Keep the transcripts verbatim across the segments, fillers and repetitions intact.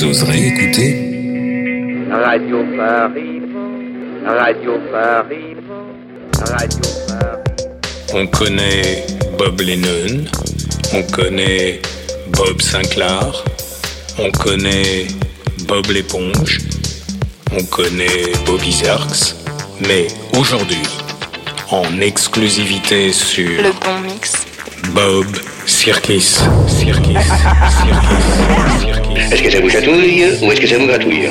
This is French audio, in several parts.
Vous oserez écouter Radio Paris, Radio Paris, Radio Paris. On connaît Bob Lennon, on connaît Bob Sinclair, on connaît Bob l'éponge, on connaît Bobby Zarks, mais aujourd'hui, en exclusivité sur Le Bon Mix, Bob Sirkis, Sirkis, Sirkis, Sirkis. Est-ce que ça vous chatouille ou est-ce que ça vous gratouille?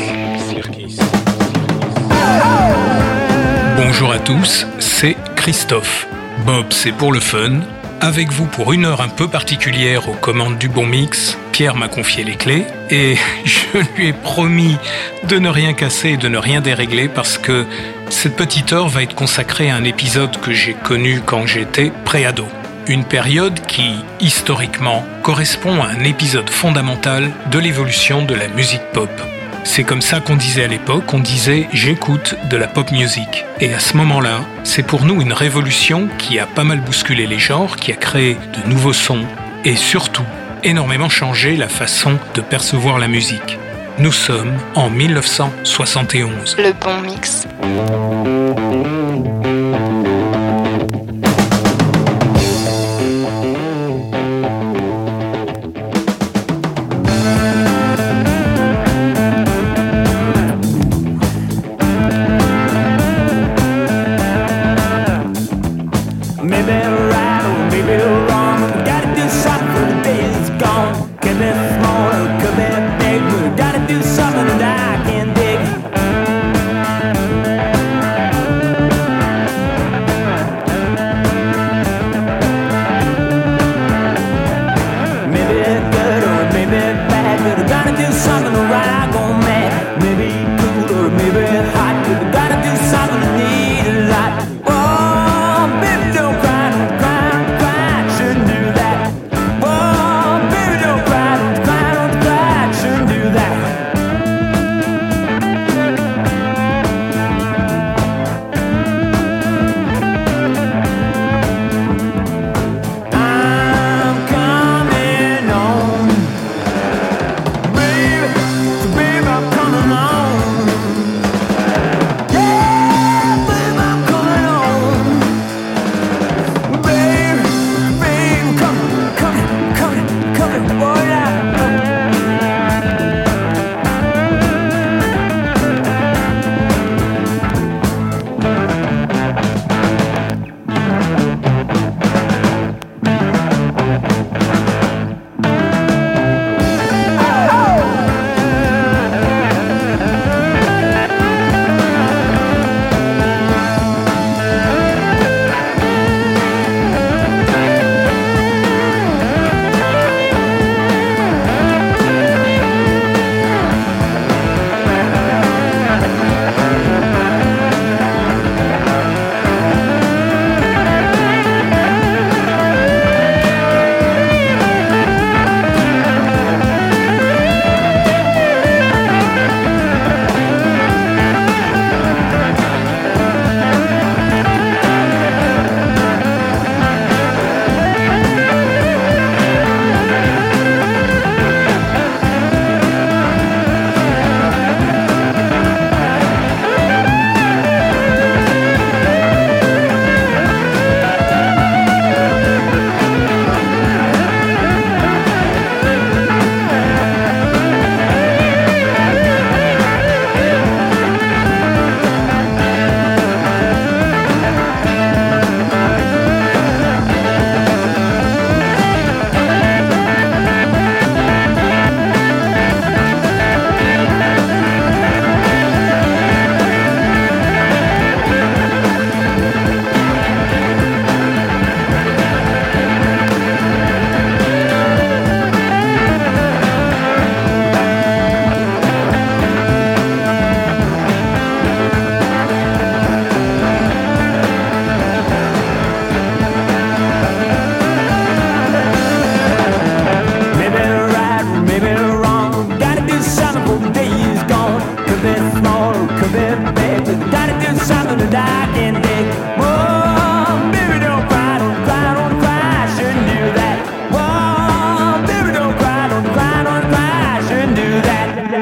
Bonjour à tous, c'est Christophe. Bob, c'est pour le fun. Avec vous pour une heure un peu particulière aux commandes du Bon Mix. Pierre m'a confié les clés et je lui ai promis de ne rien casser et de ne rien dérégler parce que cette petite heure va être consacrée à un épisode que j'ai connu quand j'étais préado. Une période qui, historiquement, correspond à un épisode fondamental de l'évolution de la musique pop. C'est comme ça qu'on disait à l'époque, on disait « j'écoute de la pop music ». Et à ce moment-là, c'est pour nous une révolution qui a pas mal bousculé les genres, qui a créé de nouveaux sons et surtout énormément changé la façon de percevoir la musique. Nous sommes en dix-neuf cent soixante et onze. Le Bon Mix.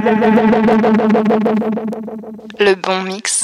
Le bon mix.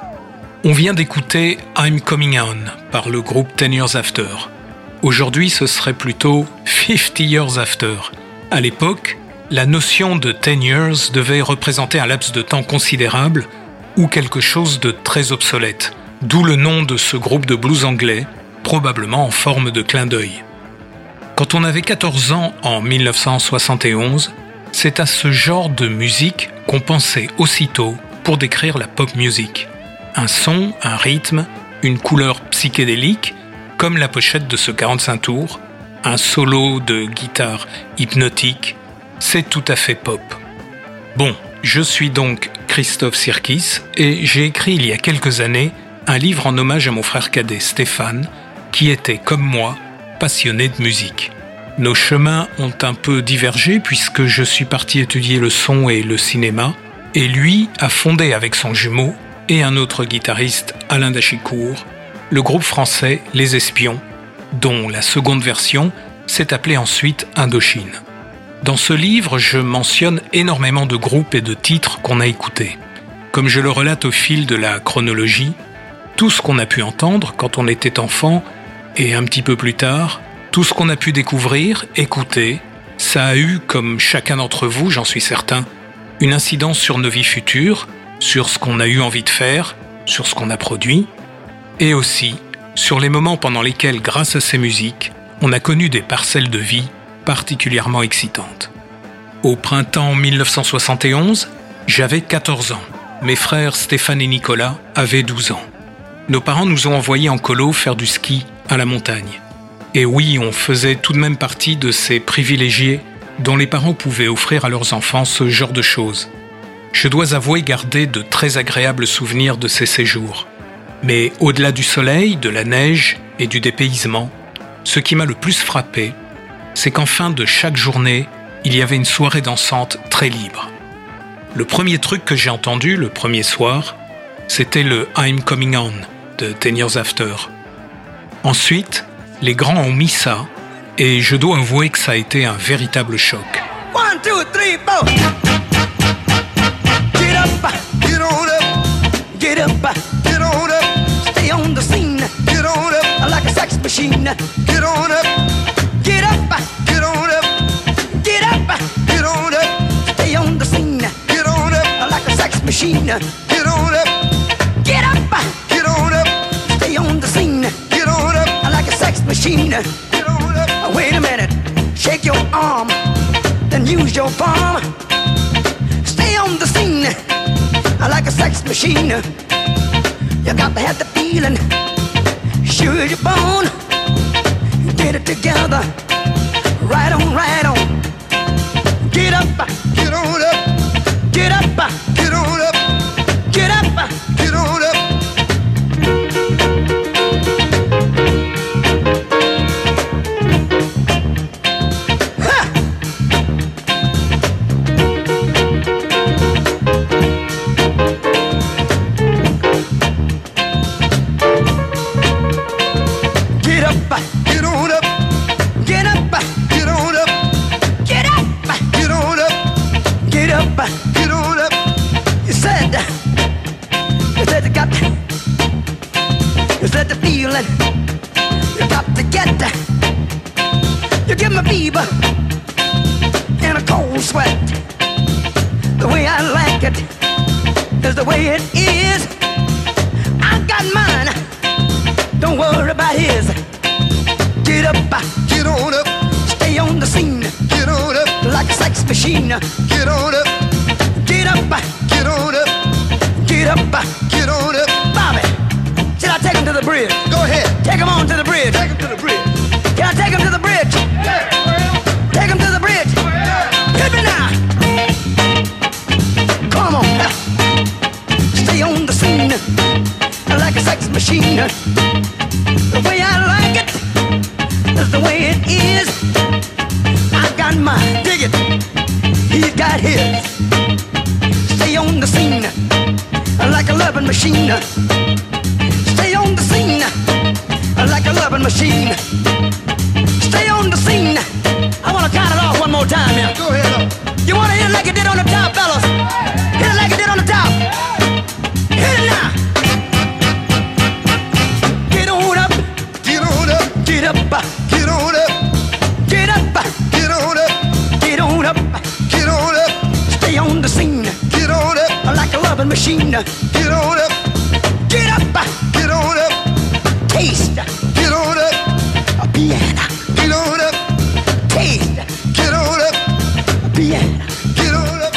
On vient d'écouter I'm Coming On par le groupe Ten Years After. Aujourd'hui, ce serait plutôt Fifty Years After. À l'époque, la notion de ten years devait représenter un laps de temps considérable ou quelque chose de très obsolète, d'où le nom de ce groupe de blues anglais, probablement en forme de clin d'œil. Quand on avait quatorze ans en dix-neuf cent soixante et onze, c'est à ce genre de musique qu'on pensait aussitôt pour décrire la pop music. Un son, un rythme, une couleur psychédélique, comme la pochette de ce quarante-cinq tours, un solo de guitare hypnotique, c'est tout à fait pop. Bon, je suis donc Christophe Sirkis et j'ai écrit il y a quelques années un livre en hommage à mon frère cadet Stéphane, qui était, comme moi, passionné de musique. Nos chemins ont un peu divergé puisque je suis parti étudier le son et le cinéma, et lui a fondé avec son jumeau et un autre guitariste, Alain Dachicourt, le groupe français Les Espions, dont la seconde version s'est appelée ensuite Indochine. Dans ce livre, je mentionne énormément de groupes et de titres qu'on a écoutés. Comme je le relate au fil de la chronologie, tout ce qu'on a pu entendre quand on était enfant et un petit peu plus tard, tout ce qu'on a pu découvrir, écouter, ça a eu, comme chacun d'entre vous, j'en suis certain, une incidence sur nos vies futures, sur ce qu'on a eu envie de faire, sur ce qu'on a produit, et aussi sur les moments pendant lesquels, grâce à ces musiques, on a connu des parcelles de vie particulièrement excitantes. Au printemps dix-neuf cent soixante et onze, j'avais quatorze ans. Mes frères Stéphane et Nicolas avaient douze ans. Nos parents nous ont envoyés en colo faire du ski à la montagne. Et oui, on faisait tout de même partie de ces privilégiés dont les parents pouvaient offrir à leurs enfants ce genre de choses. Je dois avouer garder de très agréables souvenirs de ces séjours. Mais au-delà du soleil, de la neige et du dépaysement, ce qui m'a le plus frappé, c'est qu'en fin de chaque journée, il y avait une soirée dansante très libre. Le premier truc que j'ai entendu le premier soir, c'était le I'm Coming On de Ten Years After. Ensuite, les grands ont mis ça, et je dois avouer que ça a été un véritable choc. One, two, three, four. Get up, get on up, get up, get on up. Stay on the scene, get on up, like a sex machine. Get on up, get up, get on up, get up, get on up. Stay on the scene, get on up, like a sex machine. Get on up, get up, get on up. Stay on the scene, get on up, like a sex machine. Get on up. Wait a minute, shake your arm, then use your palm. Stay on the scene, like a sex machine. You got to have the feeling, sure you're born. Get it together, right on, right on. Get up, get on up, get up, get on up, get up, get on up. Ha! Get up, get on up, get up, get on up, get up, get on up, get up, get on up. You said, you said you got, you said the feeling, you got to get, you give me fever and a cold sweat. The way I like it is the way it is. I got mine, don't worry about his. Get up, get on up, stay on the scene. Get on up, like a sex machine. Get on up, get up, get on up, get up, get on up. Bobby, should I take him to the bridge? Go ahead, take him on to the bridge. Take him to the bridge. Can I take him to the bridge? Yeah. Take him to the bridge. Yeah. Hit me now. Come on, stay on the scene, like a sex machine. The way I like it is the way it is. I got mine, dig it. He's got his. Stay on the scene, like a loving machine. Stay on the scene, like a loving machine. Stay on the scene. I wanna count it off one more time here. Go ahead. You wanna hear it like it did on the top, fellas? machine. Get on up, get up, get on up. Taste, get on up. A piano, get on up. Taste, get on up. A piano, get on up.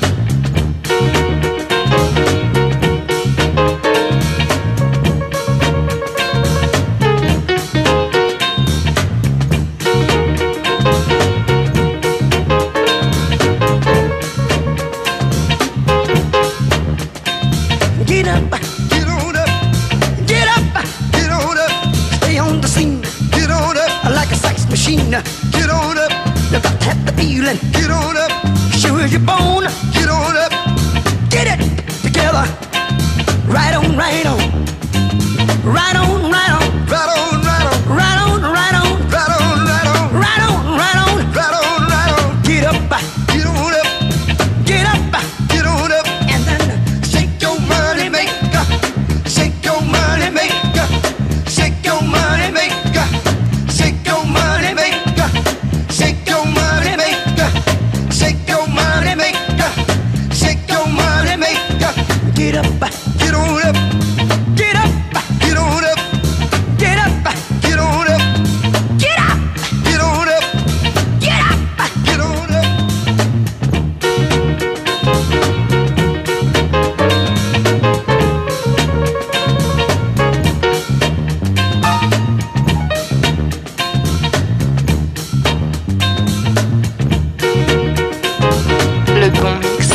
Get up, get on up, get up, get on up. Stay on the scene, get on up like a sex machine. Get on up, you got to have the feeling. Get on up, sure as you're born. Get on up, get it together. Right on, right on, right on, right on, right on, right on, right on, right on, right on, right on, right on, right on, right on, right on. Get up, get on up, get up, get on up, and then shake your money maker, shake your money maker, shake your money maker, shake your money maker, shake your money maker, shake your money maker, shake your money maker. Get up, get on up, get up, get on up, get up, get on up, get up, get on up, get up, get on up. Le bon mix.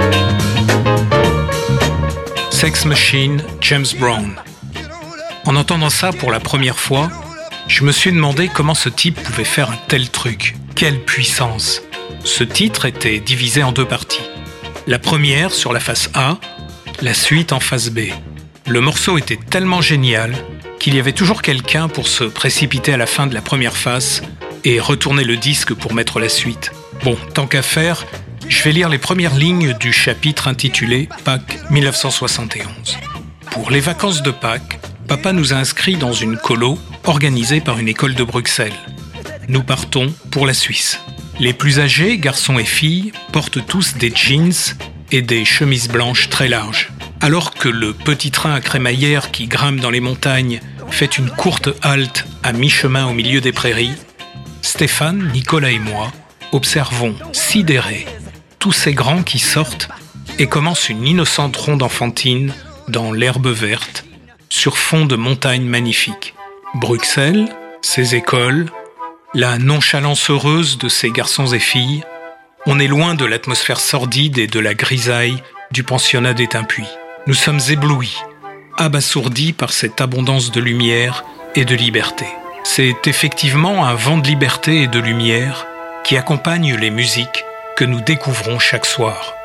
Sex Machine, James Brown. En entendant ça pour la première fois, je me suis demandé comment ce type pouvait faire un tel truc. Quelle puissance! Ce titre était divisé en deux parties. La première sur la face A, la suite en face B. Le morceau était tellement génial qu'il y avait toujours quelqu'un pour se précipiter à la fin de la première face et retourner le disque pour mettre la suite. Bon, tant qu'à faire, je vais lire les premières lignes du chapitre intitulé Pâques dix-neuf cent soixante et onze. Pour les vacances de Pâques, papa nous a inscrits dans une colo organisée par une école de Bruxelles. Nous partons pour la Suisse. Les plus âgés, garçons et filles, portent tous des jeans et des chemises blanches très larges. Alors que le petit train à crémaillère qui grimpe dans les montagnes fait une courte halte à mi-chemin au milieu des prairies, Stéphane, Nicolas et moi observons, sidérés, tous ces grands qui sortent et commencent une innocente ronde enfantine dans l'herbe verte, sur fond de montagnes magnifiques. Bruxelles, ses écoles, la nonchalance heureuse de ces garçons et filles, on est loin de l'atmosphère sordide et de la grisaille du pensionnat d'Étain-Puy. Nous sommes éblouis, abasourdis par cette abondance de lumière et de liberté. C'est effectivement un vent de liberté et de lumière qui accompagne les musiques que nous découvrons chaque soir.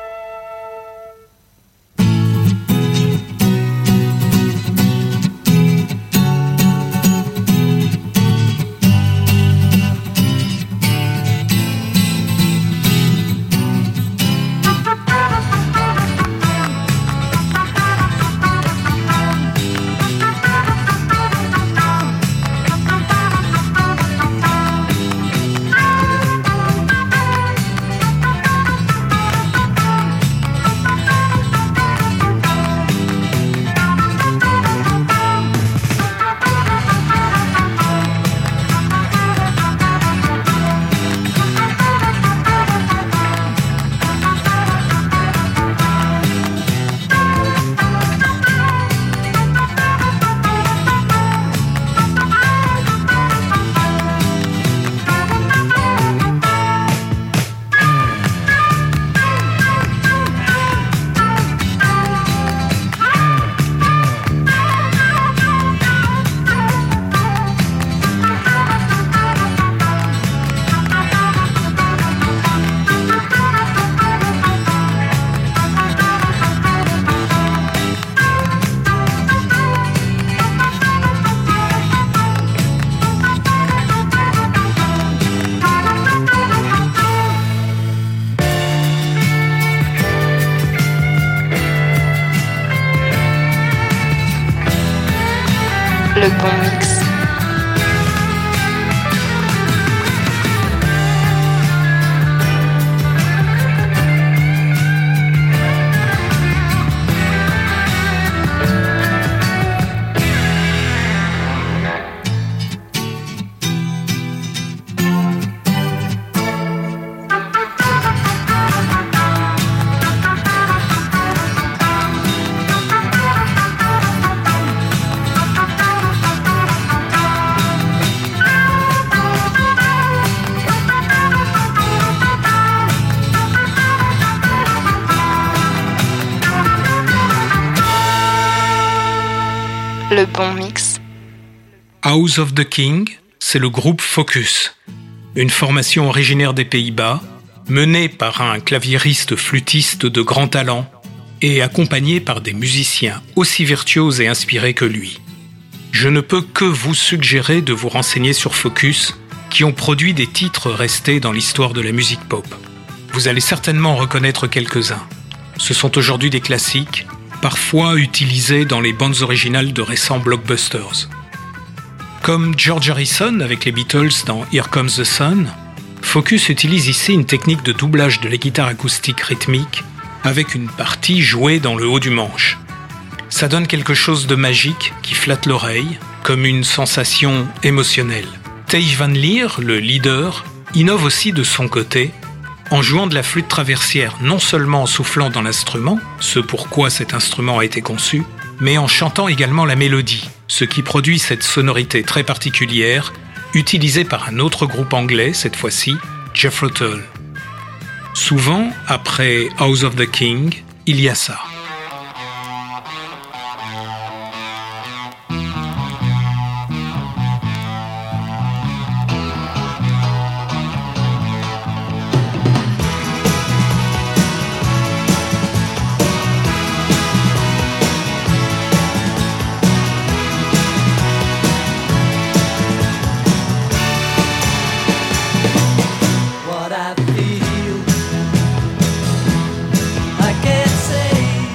Le bon mix. House of the King, c'est le groupe Focus, une formation originaire des Pays-Bas, menée par un claviériste flûtiste de grand talent et accompagné par des musiciens aussi virtuoses et inspirés que lui. Je ne peux que vous suggérer de vous renseigner sur Focus, qui ont produit des titres restés dans l'histoire de la musique pop. Vous allez certainement en reconnaître quelques-uns. Ce sont aujourd'hui des classiques, parfois utilisés dans les bandes originales de récents blockbusters. Comme George Harrison avec les Beatles dans Here Comes the Sun, Focus utilise ici une technique de doublage de la guitare acoustique rythmique avec une partie jouée dans le haut du manche. Ça donne quelque chose de magique qui flatte l'oreille, comme une sensation émotionnelle. Thijs van Lier, le leader, innove aussi de son côté, en jouant de la flûte traversière non seulement en soufflant dans l'instrument, ce pourquoi cet instrument a été conçu, mais en chantant également la mélodie, ce qui produit cette sonorité très particulière, utilisée par un autre groupe anglais, cette fois-ci, Jethro Tull. Souvent, après House of the King, il y a ça. What I feel, I can't say.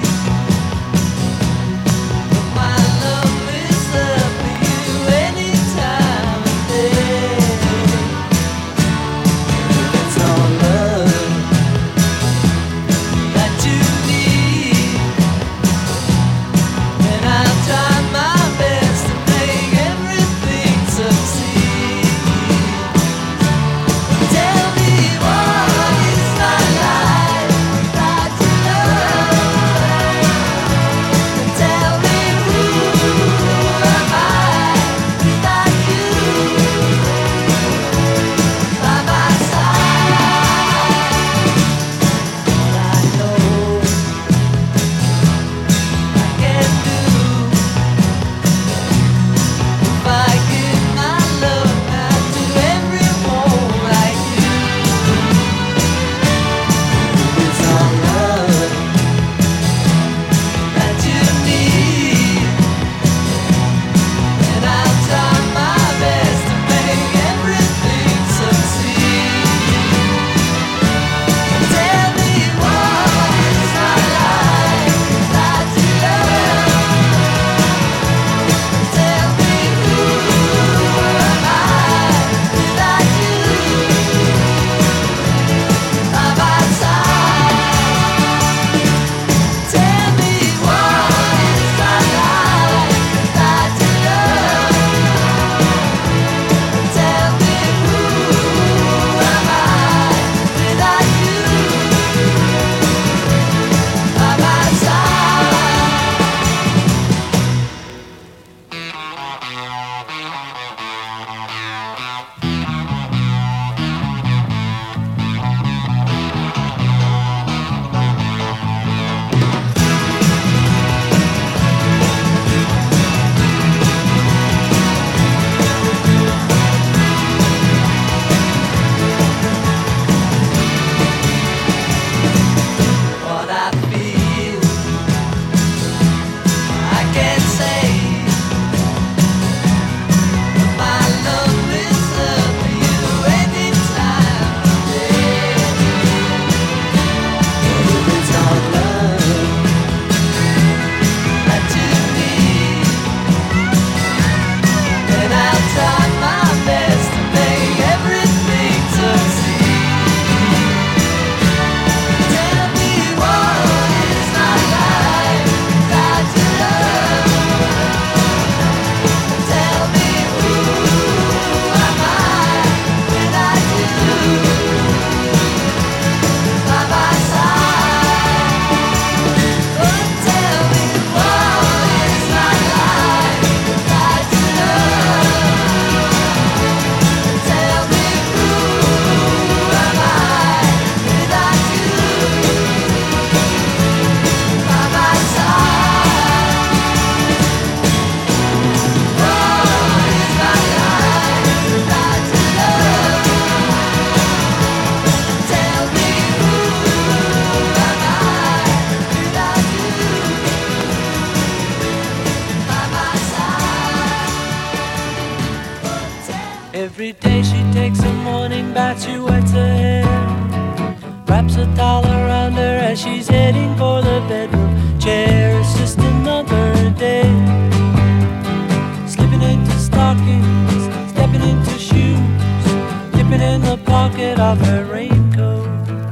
morning bat, she wets her hair, wraps a towel around her as she's heading for the bedroom chair. It's just another day, slipping into stockings, stepping into shoes, dipping in the pocket of her raincoat.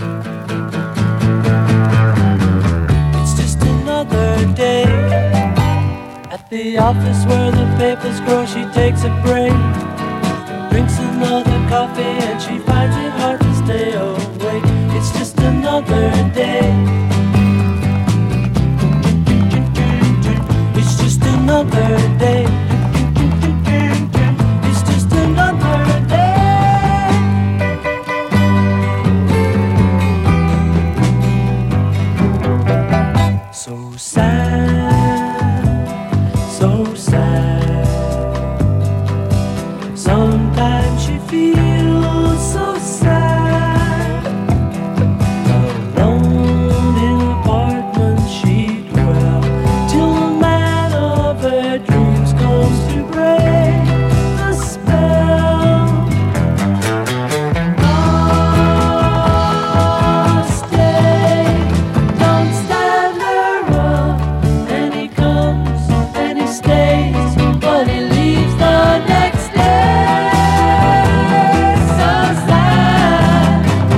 It's just another day at the office where the papers grow. She takes a break, drinks another coffee, and she finds it hard to stay awake. It's just another day. It's just another day. It's just another day. So sad, so sad. Sometimes she feels so sad. Alone in an apartment she'd dwell till the man of her dreams comes to break the spell. Oh, stay, don't stand her up. And he comes and he stays, but he leaves the next day. So sad.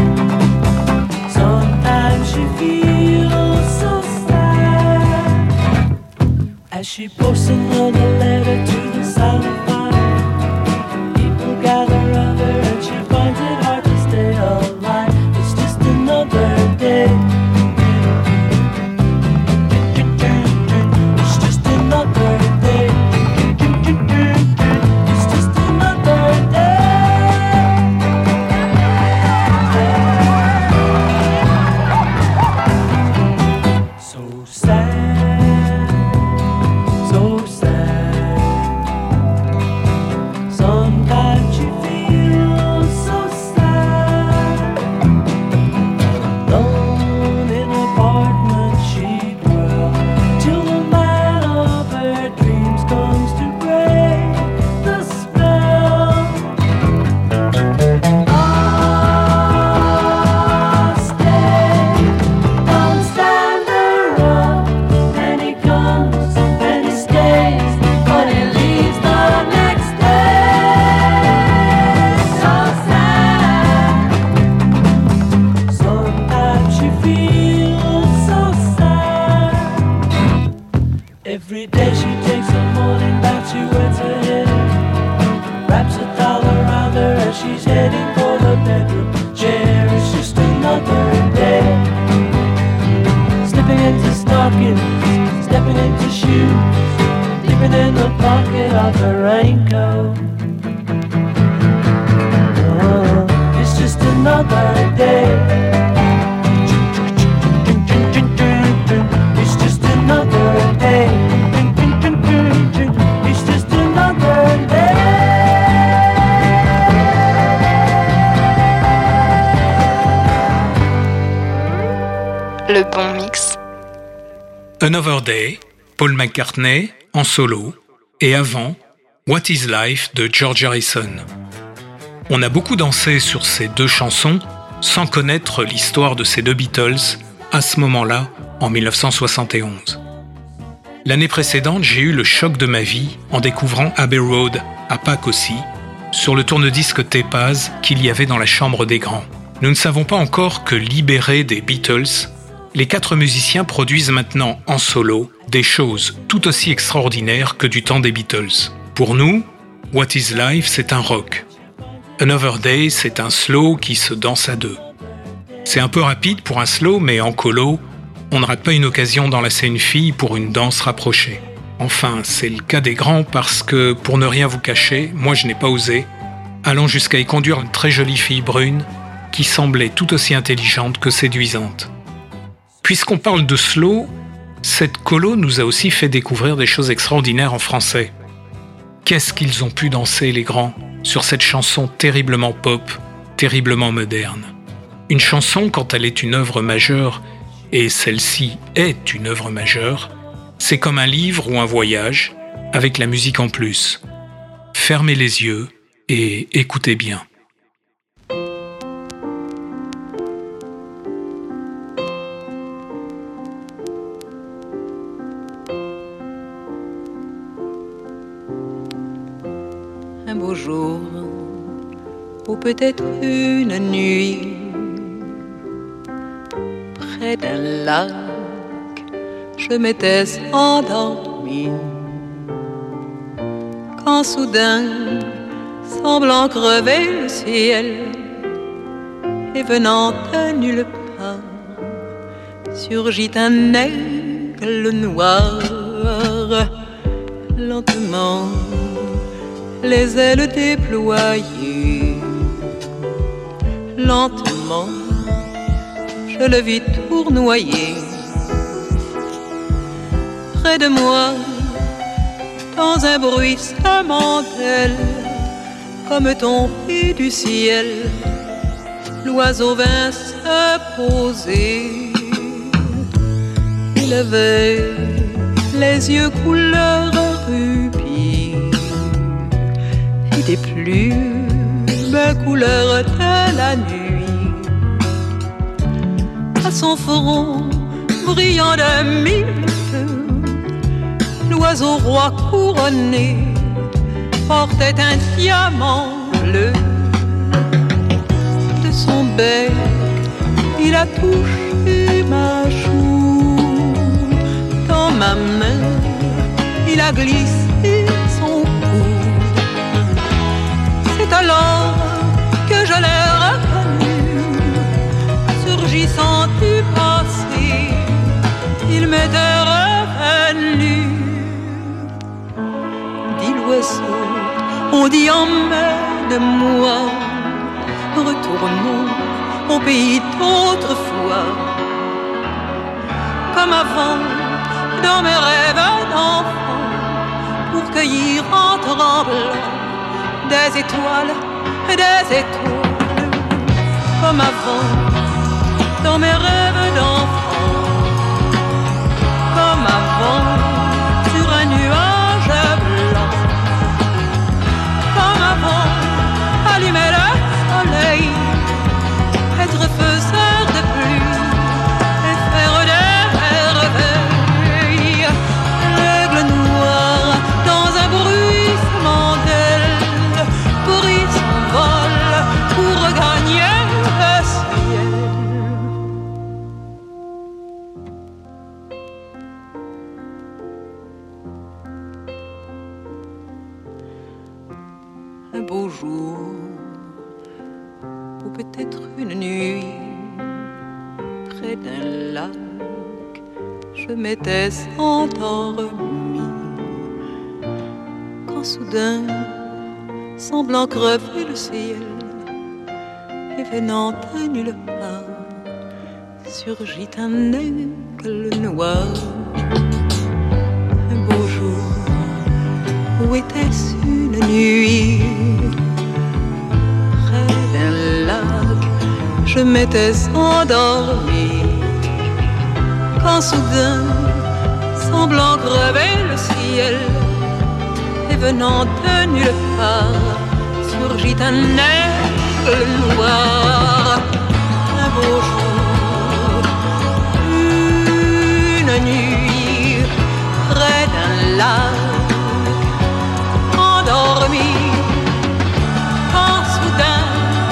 Sometimes she feels so sad as she posts another letter to the silent fire. People gather around her and she finds it hard to stay alive. It's just another day. It's just another day. It's just another day. So sad, so sad. Sometimes she feels so sad. Alone in an apartment she'd dwell till the man of her dreams comes to break the spell. Oh, stay, don't stand her up. And he comes and he stays, but he leaves the next day. So sad. Sometimes she feels so sad. Every day she takes a morning bath, she wets her hair, wraps a towel around her as she's heading for the bedroom chair. It's just another day, slipping into stockings, stepping into shoes, dipping in the pocket of her raincoat. Oh, it's just another day. It's just another day. It's just another day. Le bon mix. Another Day, Paul McCartney en solo, et avant, What is Life de George Harrison. On a beaucoup dansé sur ces deux chansons sans connaître l'histoire de ces deux Beatles à ce moment-là, en dix-neuf cent soixante et onze. L'année précédente, j'ai eu le choc de ma vie en découvrant Abbey Road, à Pâques aussi, sur le tourne-disque Topaz qu'il y avait dans la chambre des grands. Nous ne savons pas encore que libérés des Beatles, les quatre musiciens produisent maintenant en solo des choses tout aussi extraordinaires que du temps des Beatles. Pour nous, What is Life, c'est un rock. Another Day, c'est un slow qui se danse à deux. C'est un peu rapide pour un slow, mais en colo, on ne rate pas une occasion d'enlacer une fille pour une danse rapprochée. Enfin, c'est le cas des grands parce que, pour ne rien vous cacher, moi je n'ai pas osé, allant jusqu'à y conduire une très jolie fille brune qui semblait tout aussi intelligente que séduisante. Puisqu'on parle de slow, cette colo nous a aussi fait découvrir des choses extraordinaires en français. Qu'est-ce qu'ils ont pu danser, les grands, sur cette chanson terriblement pop, terriblement moderne. Une chanson, quand elle est une œuvre majeure, et celle-ci est une œuvre majeure, c'est comme un livre ou un voyage, avec la musique en plus. Fermez les yeux et écoutez bien. beau jour, ou peut-être une nuit, près d'un lac, je m'étais endormie. Quand soudain, semblant crever le ciel, et venant de nulle part, surgit un aigle noir. Lentement, les ailes déployées, lentement, je le vis tournoyer. Près de moi, dans un bruissement d'ailes, comme tombé du ciel, l'oiseau vint se poser. Il avait les yeux couleur rubis et des plumes couleur de la nuit. À son front brillant de mille feux, l'oiseau roi couronné portait un diamant bleu. De son bec, il a touché ma joue. Dans ma main, il a glissé son cou. C'est alors que je l'ai reconnu, surgissant du passé, il m'était revenu. Dit l'oiseau, on dit emmène-moi, retournons au pays d'autrefois. Comme avant, dans mes rêves d'enfant, pour cueillir en tremblant des étoiles, des étoiles. Comme avant, dans mes rêves d'enfant, comme avant, sur un nuage blanc. Comme avant, allumer le soleil, être faiseur de pluie et faire des merveilles. L'aigle noir, dans un bruissement d'ailes, prit son vol pour regagner le ciel. Un beau jour, ou peut-être une nuit, près d'un lac, je m'étais endormie. Quand soudain, semblant crever le ciel, et venant de nulle part, surgit un aigle noir. Un beau jour, ou était-ce une nuit, près d'un lac, je m'étais endormie. Quand soudain, semblant crever le ciel, et venant de nulle part, surgit un aigle noir. Un beau jour, une nuit, près d'un lac, endormi. Quand soudain,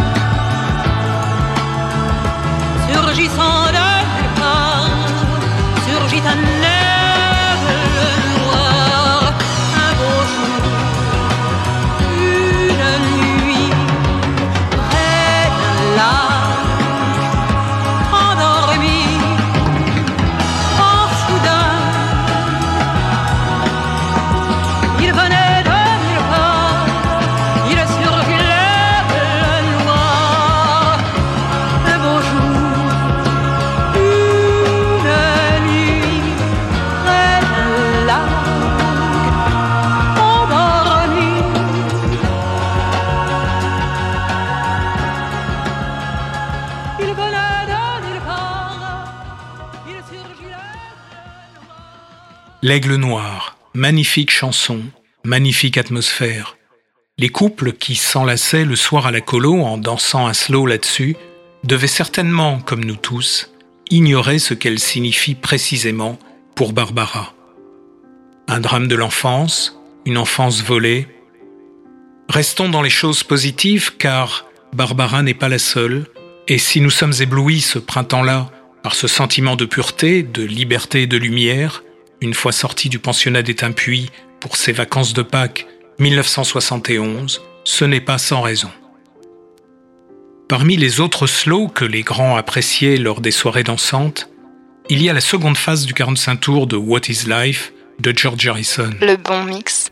surgissant de nulle part, surgit un aigle noir. Un beau jour, une nuit, près d'un lac, endormi. Quand soudain, il venait de nulle part, il surgit l'aigle noir. Un beau jour, une nuit, près d'un lac, endormi. Il venait de nulle part, il surgit l'aigle noir. L'Aigle Noir, magnifique chanson, magnifique atmosphère. Les couples qui s'enlaçaient le soir à la colo en dansant un slow là-dessus devaient certainement, comme nous tous, ignorer ce qu'elle signifie précisément pour Barbara. Un drame de l'enfance, une enfance volée. Restons dans les choses positives car Barbara n'est pas la seule. Et si nous sommes éblouis ce printemps-là par ce sentiment de pureté, de liberté et de lumière, une fois sorti du pensionnat d'Étain-Puy pour ses vacances de Pâques mille neuf cent soixante et onze, ce n'est pas sans raison. Parmi les autres slows que les grands appréciaient lors des soirées dansantes, il y a la seconde phase du quarante-cinq tours de What is Life de George Harrison. Le bon mix.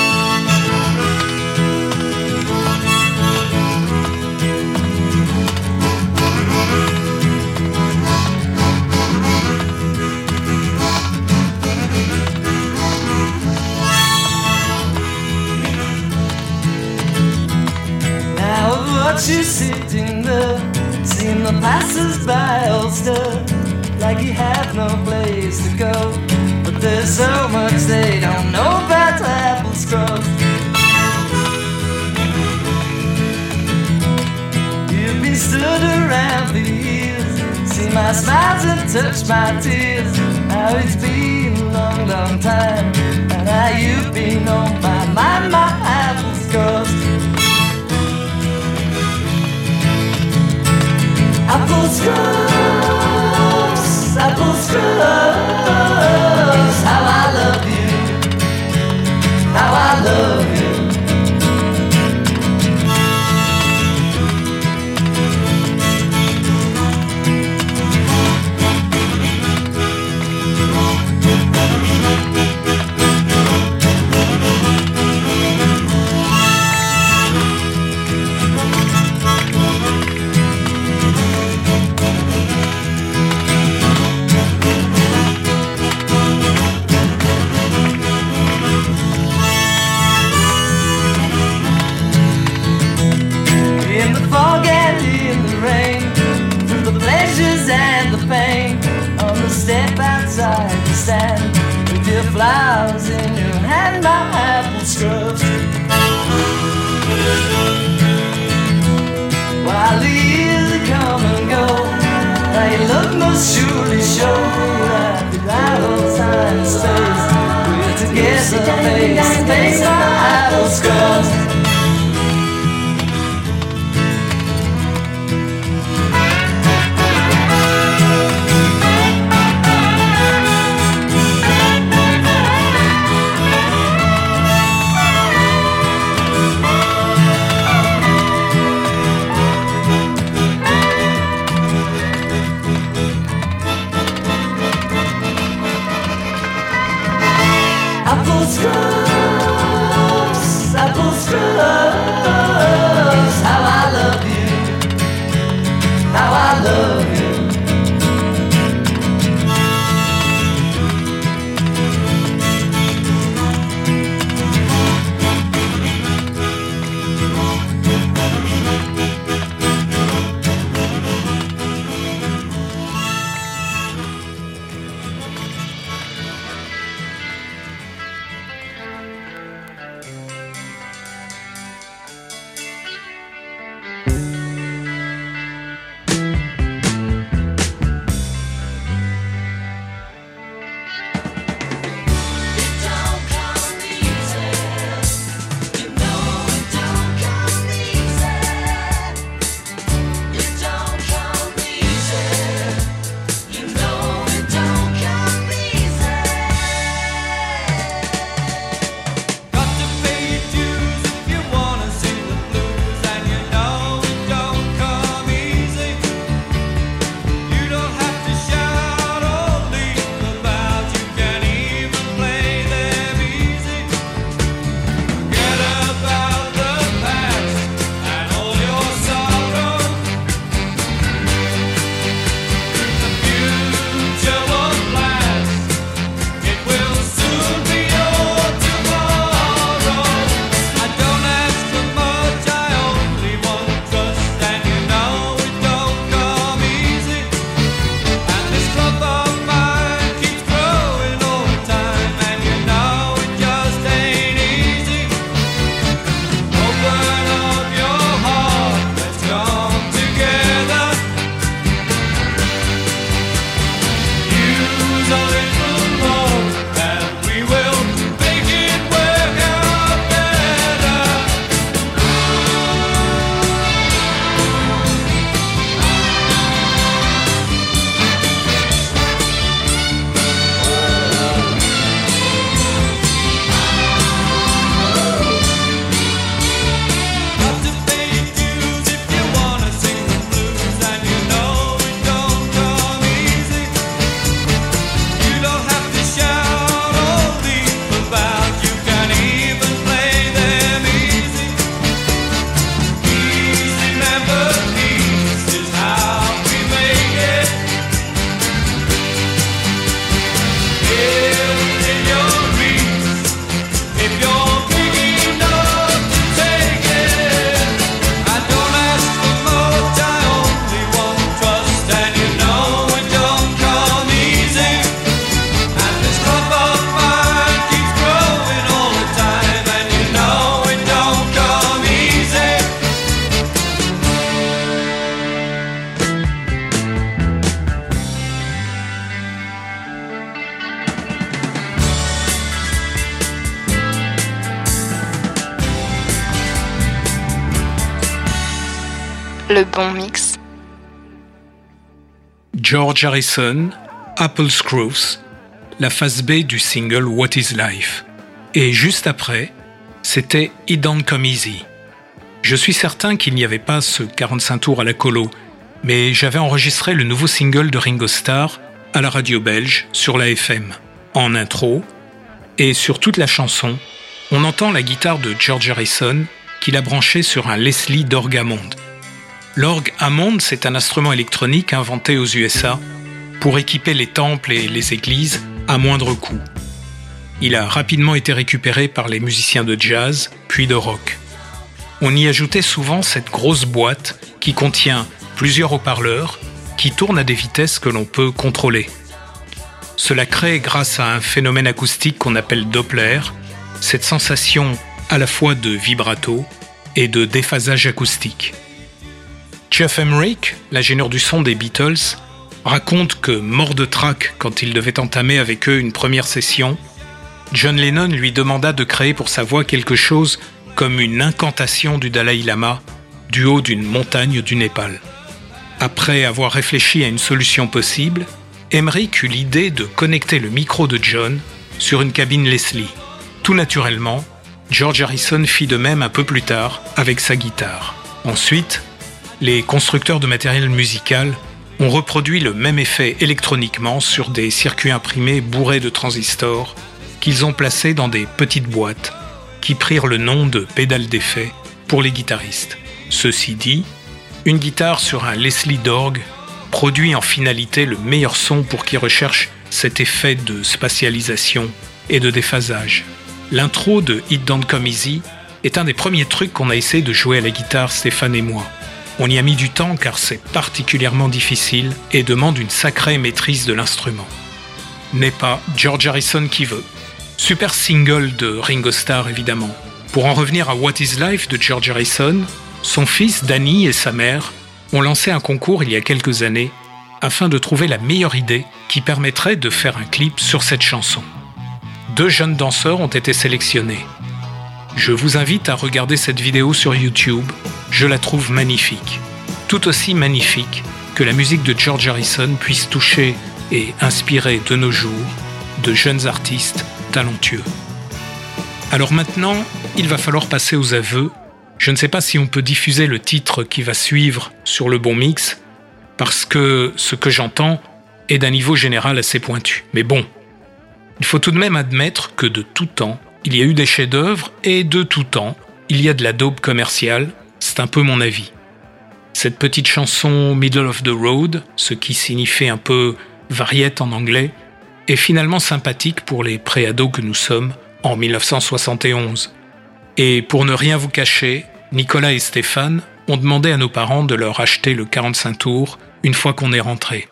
You sitting there, seeing the passers-by all stare, like you have no place to go. But there's so much they don't know about apples crossed. You've been stood around for years, see my smiles and touched my tears. Now it's been a long, long time, and now you've been on my mind, my apples crossed. Apple scrubs, apple scrubs. How I love you, how I love you. Step outside and stand with your flowers in your hand, my apple scrubs. While the years come and go, thy love must surely show that without all time and space, we're together face to face, my apple scrubs. Le bon mix. George Harrison, Apple Screws, la face B du single What is Life. Et juste après, c'était It Don't Come Easy. Je suis certain qu'il n'y avait pas ce quarante-cinq tours à la colo, mais j'avais enregistré le nouveau single de Ringo Starr à la radio belge sur la F M. En intro, et sur toute la chanson, on entend la guitare de George Harrison qu'il a branchée sur un Leslie d'orgue Hammond. L'orgue Hammond, c'est un instrument électronique inventé aux U S A pour équiper les temples et les églises à moindre coût. Il a rapidement été récupéré par les musiciens de jazz, puis de rock. On y ajoutait souvent cette grosse boîte qui contient plusieurs haut-parleurs qui tournent à des vitesses que l'on peut contrôler. Cela crée, grâce à un phénomène acoustique qu'on appelle Doppler, cette sensation à la fois de vibrato et de déphasage acoustique. Geoff Emerick, l'ingénieur du son des Beatles, raconte que, mort de trac quand il devait entamer avec eux une première session, John Lennon lui demanda de créer pour sa voix quelque chose comme une incantation du Dalai Lama du haut d'une montagne du Népal. Après avoir réfléchi à une solution possible, Emerick eut l'idée de connecter le micro de John sur une cabine Leslie. Tout naturellement, George Harrison fit de même un peu plus tard avec sa guitare. Ensuite, les constructeurs de matériel musical ont reproduit le même effet électroniquement sur des circuits imprimés bourrés de transistors qu'ils ont placés dans des petites boîtes qui prirent le nom de pédales d'effet pour les guitaristes. Ceci dit, une guitare sur un Leslie d'orgue produit en finalité le meilleur son pour qui recherche cet effet de spatialisation et de déphasage. L'intro de It Don't Come Easy est un des premiers trucs qu'on a essayé de jouer à la guitare, Stéphane et moi. On y a mis du temps car c'est particulièrement difficile et demande une sacrée maîtrise de l'instrument. N'est pas George Harrison qui veut. Super single de Ringo Starr évidemment. Pour en revenir à What is Life de George Harrison, son fils Danny et sa mère ont lancé un concours il y a quelques années afin de trouver la meilleure idée qui permettrait de faire un clip sur cette chanson. Deux jeunes danseurs ont été sélectionnés. Je vous invite à regarder cette vidéo sur YouTube, je la trouve magnifique. Tout aussi magnifique que la musique de George Harrison puisse toucher et inspirer de nos jours de jeunes artistes talentueux. Alors maintenant, il va falloir passer aux aveux. Je ne sais pas si on peut diffuser le titre qui va suivre sur le bon mix, parce que ce que j'entends est d'un niveau général assez pointu. Mais bon, il faut tout de même admettre que de tout temps, il y a eu des chefs-d'œuvre et de tout temps, il y a de la daube commerciale, c'est un peu mon avis. Cette petite chanson Middle of the Road, ce qui signifie un peu variette en anglais, est finalement sympathique pour les pré-ados que nous sommes en dix-neuf cent soixante et onze. Et pour ne rien vous cacher, Nicolas et Stéphane ont demandé à nos parents de leur acheter le quarante-cinq tours une fois qu'on est rentré.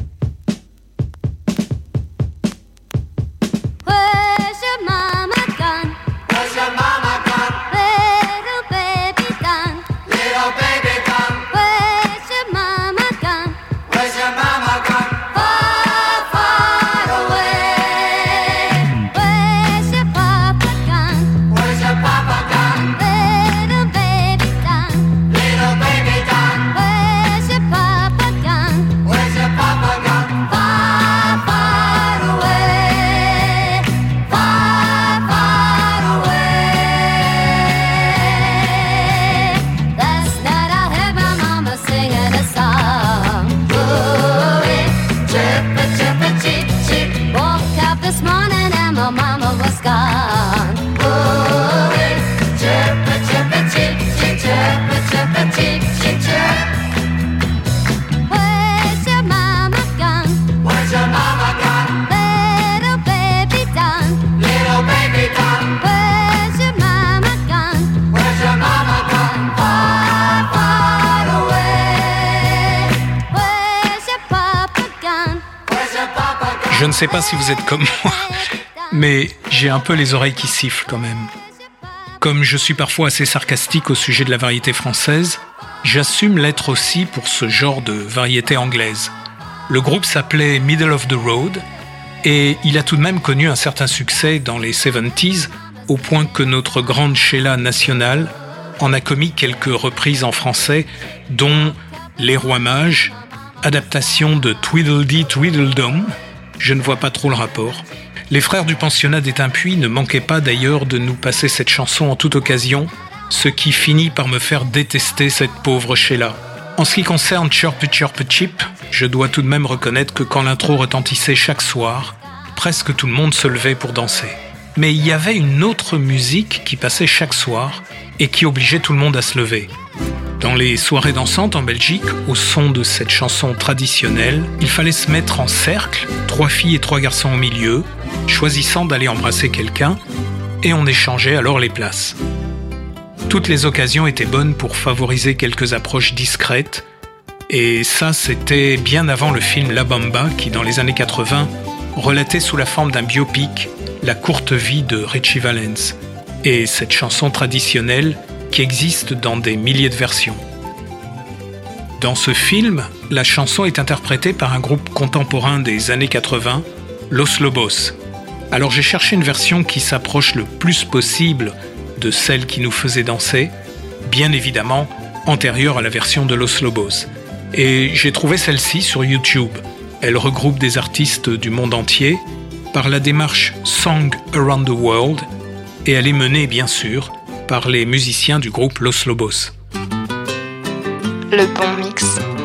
Je ne sais pas si vous êtes comme moi, mais j'ai un peu les oreilles qui sifflent quand même. Comme je suis parfois assez sarcastique au sujet de la variété française, j'assume l'être aussi pour ce genre de variété anglaise. Le groupe s'appelait Middle of the Road et il a tout de même connu un certain succès dans les soixante-dix au point que notre grande Sheila nationale en a commis quelques reprises en français, dont Les Rois Mages, adaptation de Tweedledee Tweedledum. Je ne vois pas trop le rapport. Les frères du pensionnat d'Étain-Puy ne manquaient pas d'ailleurs de nous passer cette chanson en toute occasion, ce qui finit par me faire détester cette pauvre Sheila. En ce qui concerne Chirp Chirp Chip, je dois tout de même reconnaître que quand l'intro retentissait chaque soir, presque tout le monde se levait pour danser. Mais il y avait une autre musique qui passait chaque soir et qui obligeait tout le monde à se lever. Dans les soirées dansantes en Belgique, au son de cette chanson traditionnelle, il fallait se mettre en cercle, trois filles et trois garçons au milieu, choisissant d'aller embrasser quelqu'un, et on échangeait alors les places. Toutes les occasions étaient bonnes pour favoriser quelques approches discrètes, et ça c'était bien avant le film La Bamba qui, dans les années quatre-vingts, relatait sous la forme d'un biopic la courte vie de Richie Valens, et cette chanson traditionnelle qui existe dans des milliers de versions. Dans ce film, la chanson est interprétée par un groupe contemporain des années quatre-vingts, Los Lobos. Alors j'ai cherché une version qui s'approche le plus possible de celle qui nous faisait danser, bien évidemment antérieure à la version de Los Lobos. Et j'ai trouvé celle-ci sur YouTube. Elle regroupe des artistes du monde entier par la démarche Song Around the World, et elle est menée, bien sûr, par les musiciens du groupe Los Lobos. Le bon mix.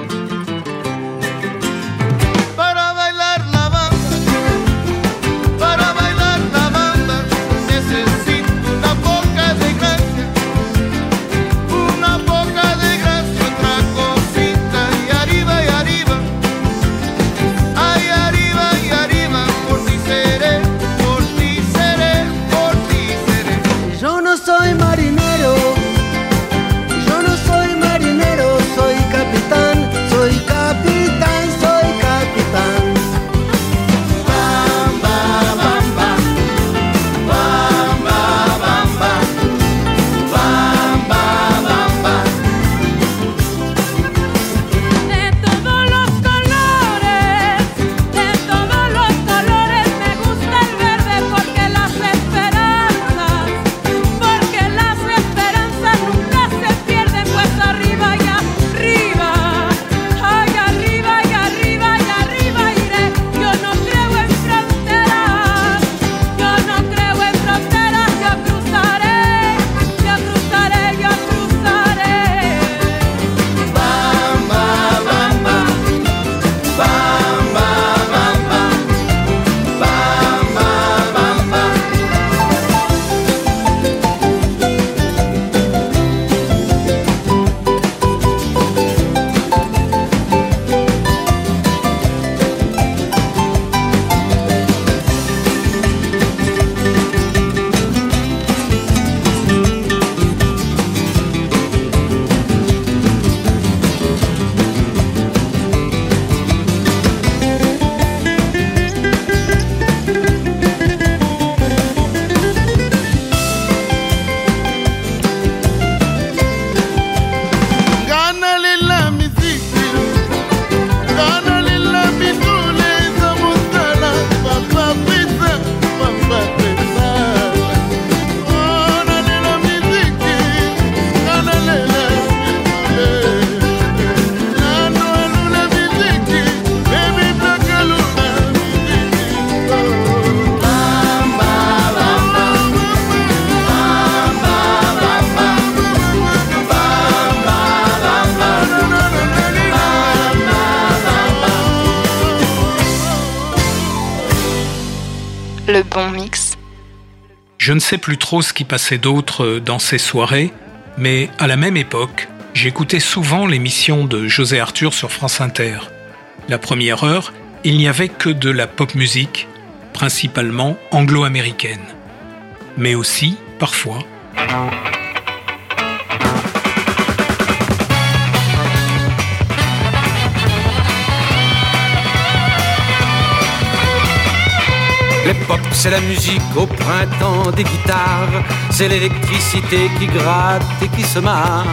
Le bon mix. Je ne sais plus trop ce qui passait d'autre dans ces soirées, mais à la même époque, j'écoutais souvent l'émission de José Arthur sur France Inter. La première heure, il n'y avait que de la pop musique, principalement anglo-américaine. Mais aussi, parfois, les pop, c'est la musique au printemps des guitares, c'est l'électricité qui gratte et qui se marre.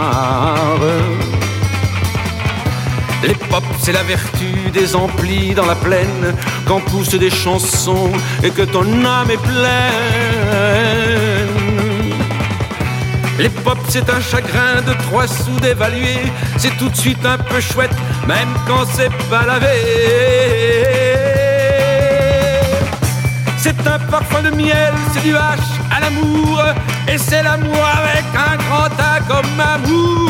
Les pop, c'est la vertu des amplis dans la plaine, quand poussent des chansons et que ton âme est pleine. Les pop c'est un chagrin de trois sous d'évaluer. C'est tout de suite un peu chouette, même quand c'est pas lavé. C'est un parfum de miel, c'est du H à l'amour. Et c'est l'amour avec un grand A comme amour.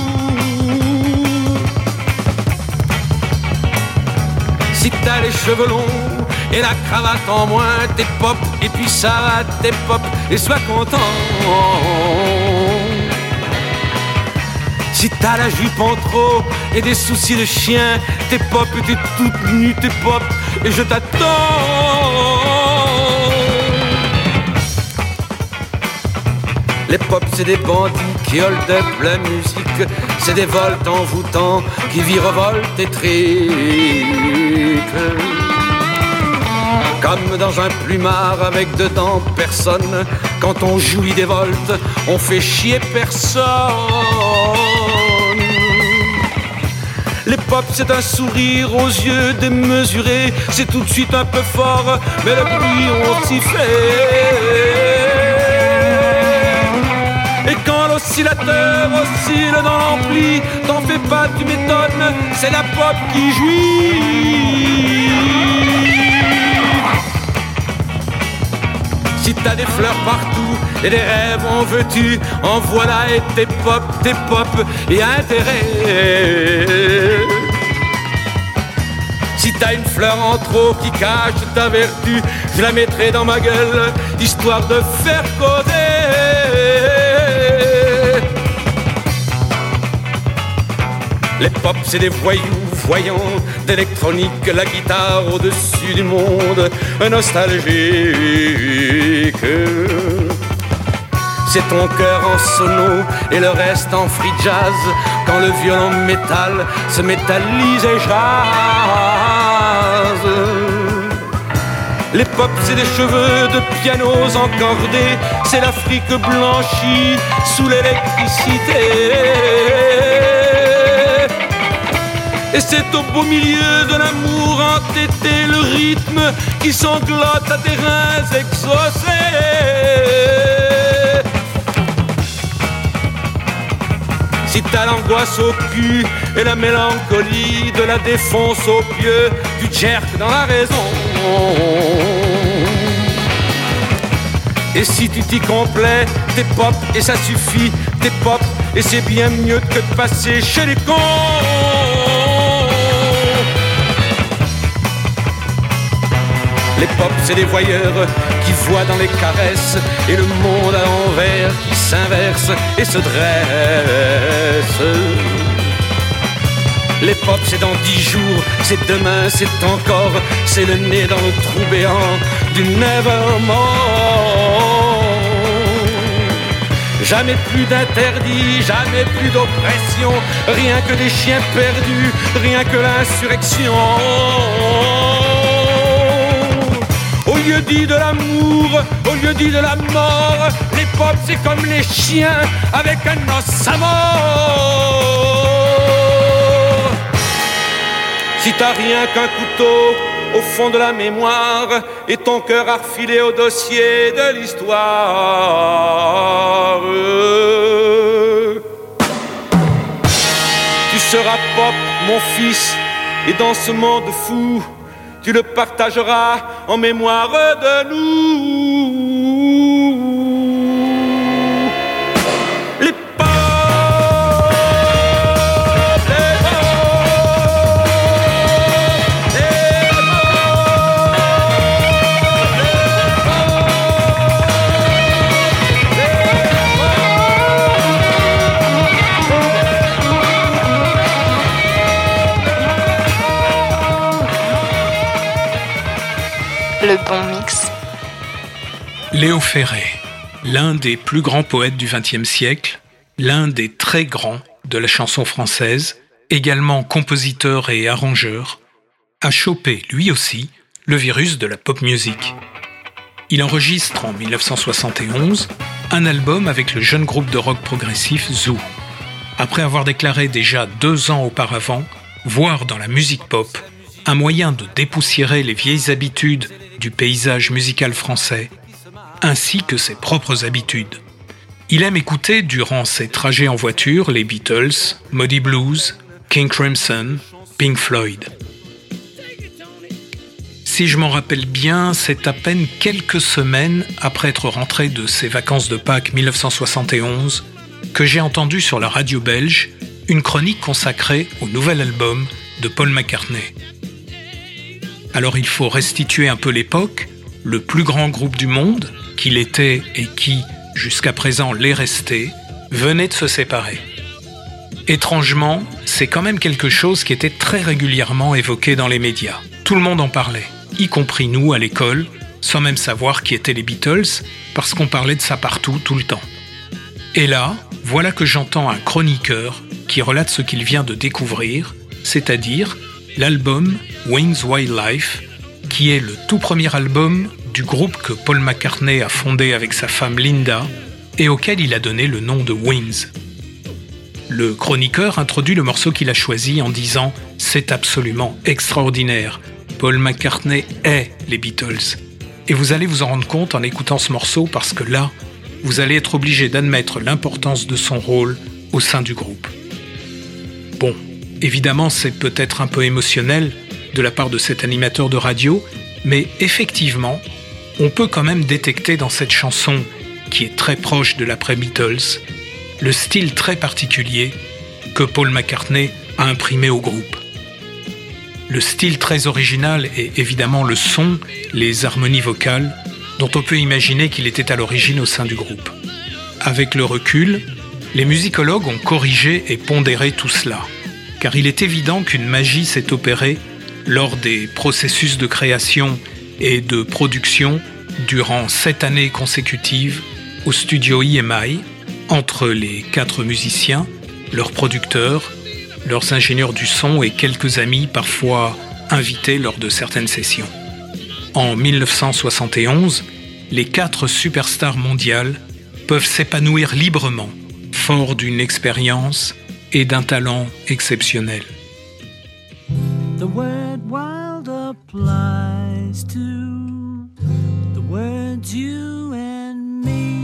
Si t'as les cheveux longs et la cravate en moins, t'es pop, et puis ça va, t'es pop, et sois content. Si t'as la jupe en trop et des soucis de chien, t'es pop, et t'es toute nue, t'es pop, et je t'attends. Les pop c'est des bandits qui hold up la musique. C'est des volts envoûtants qui virevoltent et triquent. Comme dans un plumard avec dedans personne. Quand on jouit des volts, on fait chier personne. Les pop c'est un sourire aux yeux démesurés. C'est tout de suite un peu fort, mais le bruit on s'y fait. Et quand l'oscillateur oscille dans l'ampli, t'en fais pas, tu m'étonnes, c'est la pop qui jouit. Si t'as des fleurs partout et des rêves en veux-tu, en voilà et t'es pop, t'es pop et intérêt. Si t'as une fleur en trop qui cache ta vertu, je la mettrai dans ma gueule, histoire de faire causer. Les pop c'est des voyous voyants d'électronique, la guitare au-dessus du monde, nostalgique. C'est ton cœur en sono et le reste en free jazz, quand le violon métal se métallise et jazz. Les pop c'est des cheveux de pianos encordés, c'est l'Afrique blanchie sous l'électricité. Et c'est au beau milieu de l'amour entêté, le rythme qui sanglote à tes reins exaucés. Si t'as l'angoisse au cul et la mélancolie de la défonce au pieu, du jerk dans la raison. Et si tu t'y complais, t'es pop et ça suffit, t'es pop et c'est bien mieux que de passer chez les cons. Les pop c'est des voyeurs qui voient dans les caresses et le monde à l'envers qui s'inverse et se dresse. Les pop c'est dans dix jours, c'est demain, c'est encore, c'est le nez dans le trou béant du Nevermore. Jamais plus d'interdit, jamais plus d'oppression, rien que des chiens perdus, rien que l'insurrection. Au lieu dit de l'amour, au lieu dit de la mort, les pop c'est comme les chiens avec un os à mort. Si t'as rien qu'un couteau au fond de la mémoire et ton cœur a refilé au dossier de l'histoire, tu seras pop mon fils et dans ce monde fou tu le partageras en mémoire de nous. Les pop, les pop, les Le bon mix. Léo Ferré, l'un des plus grands poètes du vingtième siècle, l'un des très grands de la chanson française, également compositeur et arrangeur, a chopé, lui aussi, le virus de la pop music. Il enregistre en dix-neuf cent soixante et onze un album avec le jeune groupe de rock progressif Zoo. Après avoir déclaré déjà deux ans auparavant voir dans la musique pop un moyen de dépoussiérer les vieilles habitudes du paysage musical français, ainsi que ses propres habitudes. Il aime écouter durant ses trajets en voiture les Beatles, Moody Blues, King Crimson, Pink Floyd. Si je m'en rappelle bien, c'est à peine quelques semaines après être rentré de ses vacances de Pâques dix-neuf cent soixante et onze que j'ai entendu sur la radio belge une chronique consacrée au nouvel album de Paul McCartney. Alors il faut restituer un peu l'époque. Le plus grand groupe du monde, qu'il était et qui, jusqu'à présent, l'est resté, venait de se séparer. Étrangement, c'est quand même quelque chose qui était très régulièrement évoqué dans les médias. Tout le monde en parlait, y compris nous à l'école, sans même savoir qui étaient les Beatles, parce qu'on parlait de ça partout, tout le temps. Et là, voilà que j'entends un chroniqueur qui relate ce qu'il vient de découvrir, c'est-à-dire l'album Wings Wildlife, qui est le tout premier album du groupe que Paul McCartney a fondé avec sa femme Linda et auquel il a donné le nom de Wings. Le chroniqueur introduit le morceau qu'il a choisi en disant « C'est absolument extraordinaire, Paul McCartney est les Beatles ». Et vous allez vous en rendre compte en écoutant ce morceau parce que là, vous allez être obligé d'admettre l'importance de son rôle au sein du groupe. Bon, évidemment, c'est peut-être un peu émotionnel de la part de cet animateur de radio, mais effectivement, on peut quand même détecter dans cette chanson, qui est très proche de l'après-Beatles, le style très particulier que Paul McCartney a imprimé au groupe. Le style très original et évidemment le son, les harmonies vocales, dont on peut imaginer qu'il était à l'origine au sein du groupe. Avec le recul, les musicologues ont corrigé et pondéré tout cela, car il est évident qu'une magie s'est opérée lors des processus de création et de production durant sept années consécutives au studio E M I, entre les quatre musiciens, leurs producteurs, leurs ingénieurs du son et quelques amis parfois invités lors de certaines sessions. En dix-neuf cent soixante et onze, les quatre superstars mondiales peuvent s'épanouir librement, forts d'une expérience et d'un talent exceptionnel. The word wild applies to the words you and me.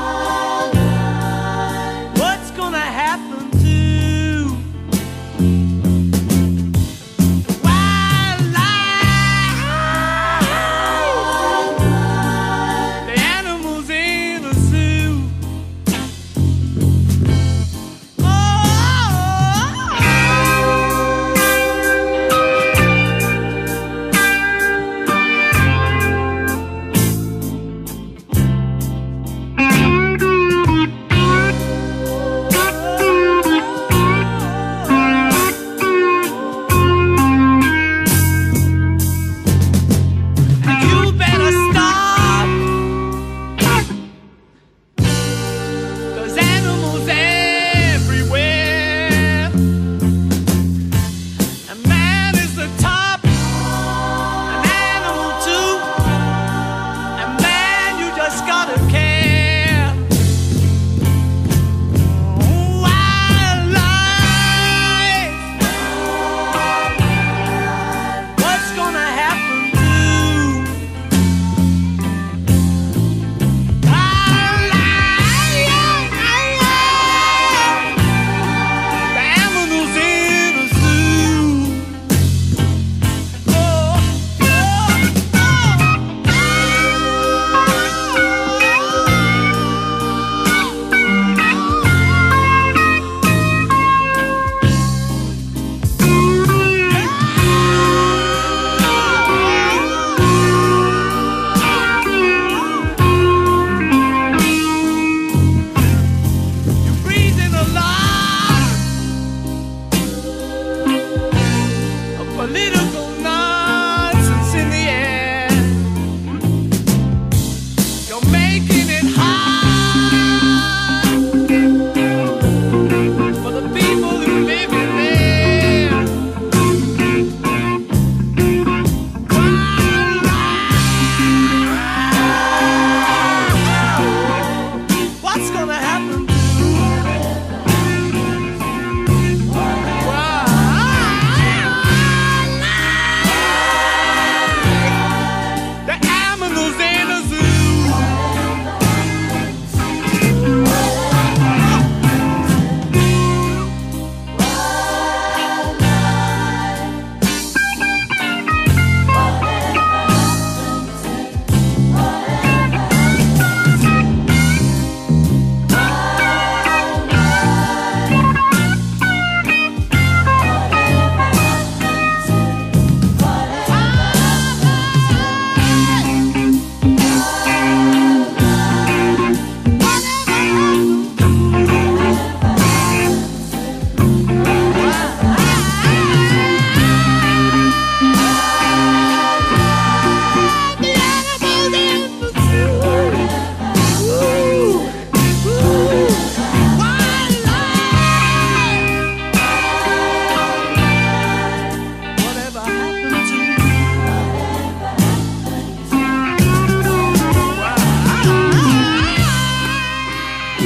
What's gonna happen to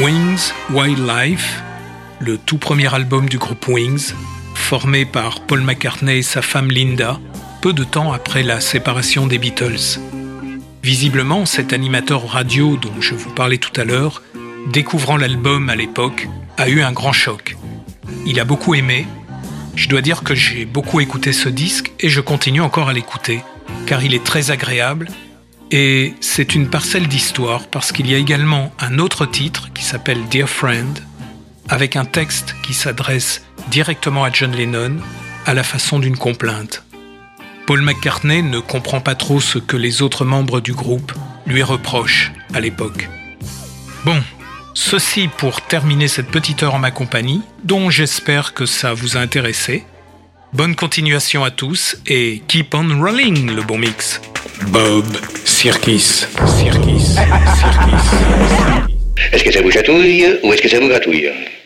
Wings, Wildlife, le tout premier album du groupe Wings, formé par Paul McCartney et sa femme Linda, peu de temps après la séparation des Beatles. Visiblement, cet animateur radio dont je vous parlais tout à l'heure, découvrant l'album à l'époque, a eu un grand choc. Il a beaucoup aimé. Je dois dire que j'ai beaucoup écouté ce disque et je continue encore à l'écouter, car il est très agréable. Et c'est une parcelle d'histoire parce qu'il y a également un autre titre qui s'appelle Dear Friend, avec un texte qui s'adresse directement à John Lennon à la façon d'une complainte. Paul McCartney ne comprend pas trop ce que les autres membres du groupe lui reprochent à l'époque. Bon, ceci pour terminer cette petite heure en ma compagnie, dont j'espère que ça vous a intéressé. Bonne continuation à tous et keep on rolling le bon mix. Bob Sirkis, Sirkis, Sirkis. Est-ce que ça vous chatouille ou est-ce que ça vous gratouille?